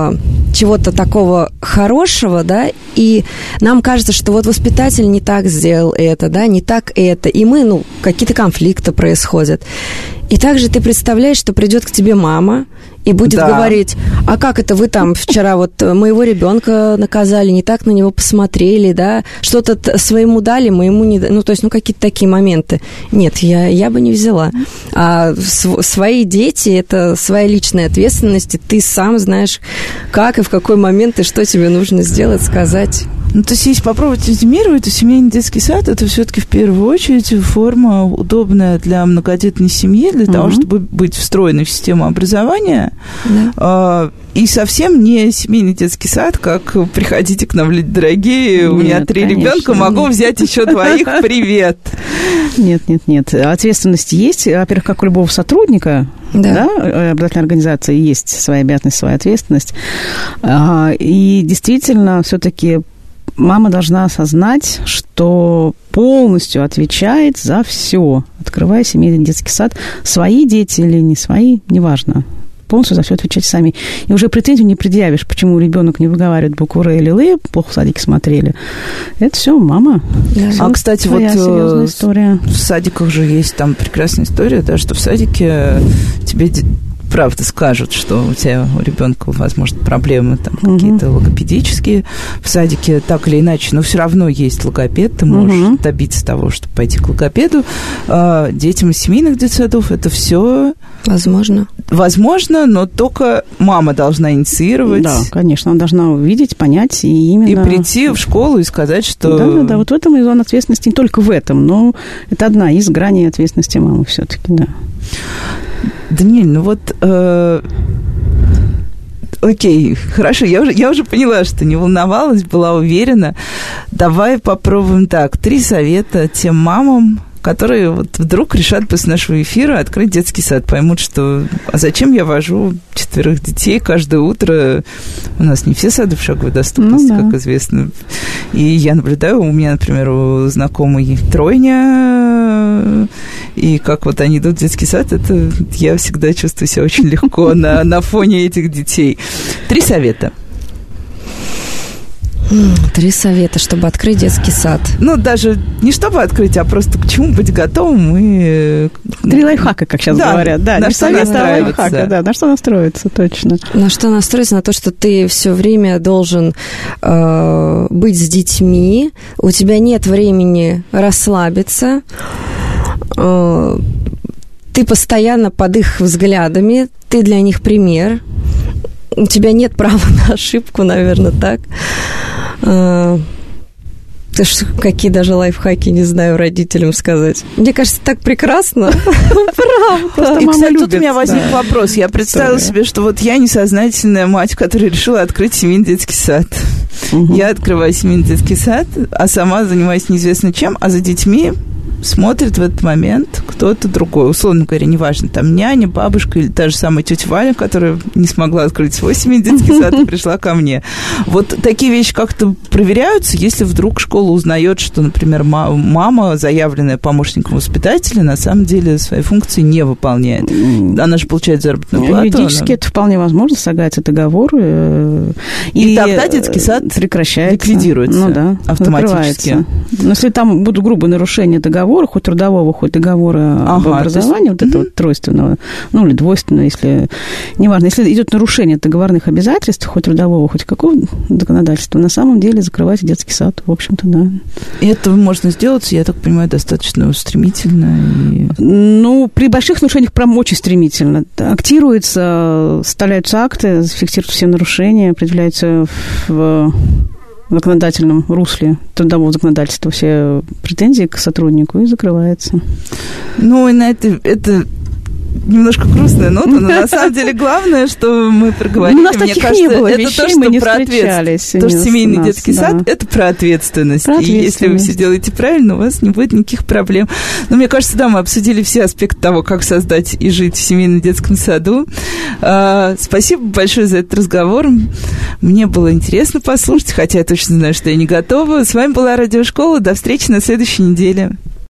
чего-то такого хорошего, да, и нам кажется, что вот воспитатель не так сделал это, да, не так это, и мы, ну, какие-то конфликты происходят. И также ты представляешь, что придет к тебе мама и будет да. говорить, а как это вы там вчера вот моего ребенка наказали, не так на него посмотрели, да, что-то своему дали, моему не дали, ну, то есть, ну, какие-то такие моменты. Нет, я, я бы не взяла. А св- свои дети, это своя личная ответственность, и ты сам знаешь, как и в какой момент, и что тебе нужно сделать, сказать. Ну, то есть, если попробовать резюмировать, то семейный детский сад – это все-таки в первую очередь форма, удобная для многодетной семьи, для uh-huh. того, чтобы быть встроенной в систему образования. Да. А, и совсем не семейный детский сад, как «приходите к нам, люди дорогие, нет, у меня три конечно, ребенка, могу нет. взять еще двоих, привет». Нет, нет, нет. Ответственность есть, во-первых, как у любого сотрудника, да. Да, образовательной организации есть своя обязанность, своя ответственность. И действительно, все-таки мама должна осознать, что полностью отвечает за все, открывая семейный детский сад. Свои дети или не свои, неважно. Полностью за все отвечать сами. И уже претензию не предъявишь, почему ребенок не выговаривает букву Р или Л, плохо в садике смотрели. Это все мама. Да. Все а, кстати, вот история. В садиках же есть там прекрасная история, да, что в садике тебе правда скажут, что у тебя, у ребенка, возможно, проблемы там угу. какие-то логопедические в садике, так или иначе, но все равно есть логопед, ты можешь угу. добиться того, чтобы пойти к логопеду. А, детям из семейных детсадов это все возможно. Возможно, но только мама должна инициировать. Да, конечно, она должна увидеть, понять и именно... И прийти в школу и сказать, что... Да-да-да, вот в этом и зона ответственности, не только в этом, но это одна из граней ответственности мамы все-таки, да. Даниэль, ну вот... Э, окей, хорошо, я уже, я уже поняла, что не волновалась, была уверена. Давай попробуем так. Три совета тем мамам, которые вот вдруг решат после нашего эфира открыть детский сад, поймут, что а зачем я вожу четверых детей каждое утро? У нас не все сады в шаговой доступности, ну, да. как известно. И я наблюдаю, у меня, например, у знакомой тройня, и как вот они идут в детский сад, это я всегда чувствую себя очень легко на, на фоне этих детей. Три совета. Три совета, чтобы открыть детский сад. Ну, даже не чтобы открыть, а просто к чему быть готовым и... Три лайфхака, как сейчас да, говорят. Да, на что настроиться. Да, на что настроиться, точно. На что настроиться? На то, что ты все время должен э, быть с детьми, у тебя нет времени расслабиться, э, ты постоянно под их взглядами, ты для них пример, у тебя нет права на ошибку, наверное, так. Ты ж какие даже лайфхаки, не знаю, родителям сказать. Мне кажется, так прекрасно. Правда. И, кстати, тут у меня возник вопрос. Я представила себе, что вот я несознательная мать, которая решила открыть семейный детский сад. Я открываю семейный детский сад, а сама занимаюсь неизвестно чем, а за детьми смотрит в этот момент кто-то другой. Условно говоря, неважно, там няня, бабушка или та же самая тетя Валя, которая не смогла открыть свой семейный детский сад и пришла ко мне. Вот такие вещи как-то проверяются, если вдруг школа узнает, что, например, мама, заявленная помощником воспитателя, на самом деле свои функции не выполняет. Она же получает заработную плату. Юридически она... это вполне возможно, слагается договор. И, и тогда детский сад прекращается. Ликвидируется ну, да, автоматически. Но если там будут грубые нарушения договора, хоть трудового, хоть договора ага, об образовании, вот mm-hmm. этого тройственного, ну, или двойственного, если, неважно, если идет нарушение договорных обязательств, хоть трудового, хоть какого законодательства, на самом деле закрывать детский сад, в общем-то, да. И это можно сделать, я так понимаю, достаточно стремительно? И... Ну, при больших нарушениях прям очень стремительно. Актируются, составляются акты, фиксируются все нарушения, определяются в... в законодательном русле трудового законодательства все претензии к сотруднику и закрывается. Ну, и на это, это немножко грустная нота, но на самом деле главное, что мы проговорили, ну, у нас мне таких кажется, не было это вещей, то, что мы не про ответственность. То, что семейный нас, детский да. сад, это про ответственность. про ответственность. И если вы все делаете правильно, у вас не будет никаких проблем. Но мне кажется, да, мы обсудили все аспекты того, как создать и жить в семейном детском саду. А, спасибо большое за этот разговор. Мне было интересно послушать, хотя я точно знаю, что я не готова. С вами была Радиошкола. До встречи на следующей неделе.